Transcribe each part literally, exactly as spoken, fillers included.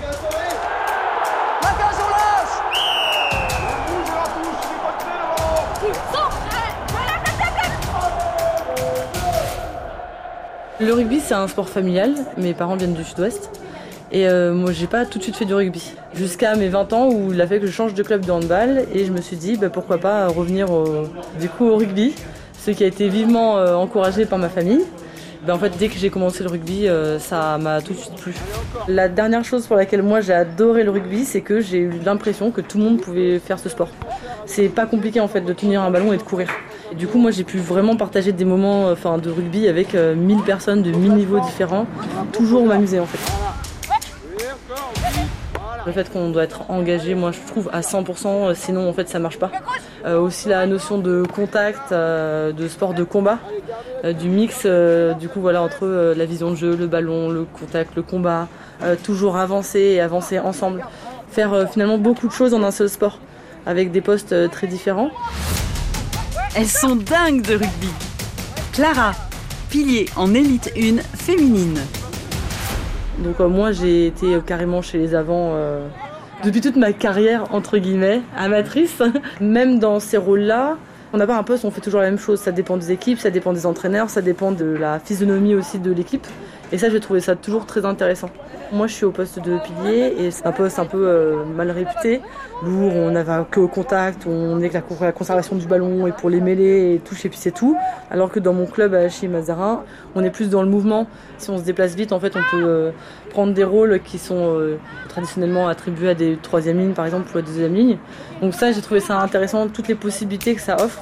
La cage on lâche. Le rugby, c'est un sport familial. Mes parents viennent du sud-ouest. Et euh, moi, j'ai pas tout de suite fait du rugby. Jusqu'à mes vingt ans où il a fait que je change de club de handball. Et je me suis dit, bah, pourquoi pas revenir au, du coup, au rugby. Ce qui a été vivement euh, encouragé par ma famille. Ben en fait, dès que j'ai commencé le rugby, euh, ça m'a tout de suite plu. La dernière chose pour laquelle moi j'ai adoré le rugby, c'est que j'ai eu l'impression que tout le monde pouvait faire ce sport. C'est pas compliqué en fait de tenir un ballon et de courir. Et du coup, moi j'ai pu vraiment partager des moments enfin, de rugby avec euh, mille personnes de mille niveaux différents, toujours m'amuser en fait. Le fait qu'on doit être engagé, moi je trouve à cent pour cent, sinon en fait ça marche pas. Euh, aussi la notion de contact, euh, de sport de combat, euh, du mix euh, du coup voilà entre euh, la vision de jeu, le ballon, le contact, le combat, euh, toujours avancer et avancer ensemble, faire euh, finalement beaucoup de choses en un seul sport, avec des postes euh, très différents. Elles sont dingues de rugby. Clara, pilier en élite un féminine. Donc euh, moi j'ai été euh, carrément chez les avants euh, depuis toute ma carrière entre guillemets amatrice. Même dans ces rôles-là, on n'a pas un poste, on fait toujours la même chose. Ça dépend des équipes, ça dépend des entraîneurs, ça dépend de la physionomie aussi de l'équipe. Et ça, j'ai trouvé ça toujours très intéressant. Moi, je suis au poste de pilier et c'est un poste un peu euh, mal réputé. Lourd, on n'avait que au contact, on est que la, la conservation du ballon et pour les mêlées et toucher, puis c'est tout. Alors que dans mon club à chez Mazarin, on est plus dans le mouvement. Si on se déplace vite, en fait, on peut euh, prendre des rôles qui sont euh, traditionnellement attribués à des troisième lignes, par exemple, ou à des deuxième lignes. Donc ça, j'ai trouvé ça intéressant, toutes les possibilités que ça offre.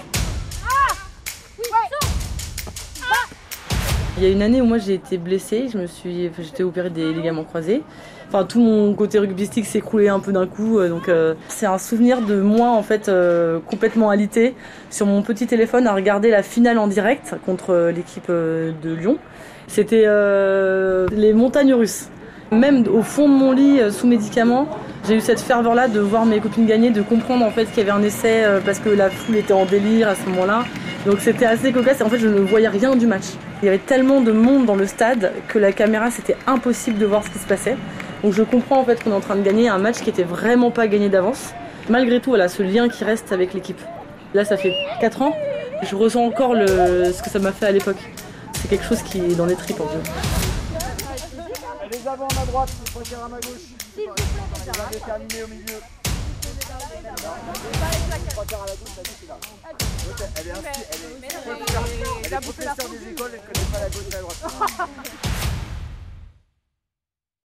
Il y a une année où moi j'ai été blessée, je me suis, enfin, j'étais opérée des ligaments croisés. Enfin tout mon côté rugbystique s'est écroulé un peu d'un coup, donc euh, c'est un souvenir de moi en fait euh, complètement alité sur mon petit téléphone à regarder la finale en direct contre l'équipe euh, de Lyon. C'était euh, les montagnes russes. Même au fond de mon lit, euh, sous médicaments, j'ai eu cette ferveur-là de voir mes copines gagner, de comprendre en fait qu'il y avait un essai euh, parce que la foule était en délire à ce moment-là. Donc c'était assez cocasse et en fait je ne voyais rien du match. Il y avait tellement de monde dans le stade que la caméra c'était impossible de voir ce qui se passait. Donc je comprends en fait qu'on est en train de gagner un match qui était vraiment pas gagné d'avance. Malgré tout, voilà, ce lien qui reste avec l'équipe. Là ça fait quatre ans, je ressens encore le, ce que ça m'a fait à l'époque. C'est quelque chose qui est dans les tripes en fait. Les avants à ma droite, les premières à ma gauche. Les déterminés au milieu. Elle est inscrite, elle est professeure des écoles, elle ne connaît pas la gauche et la droite.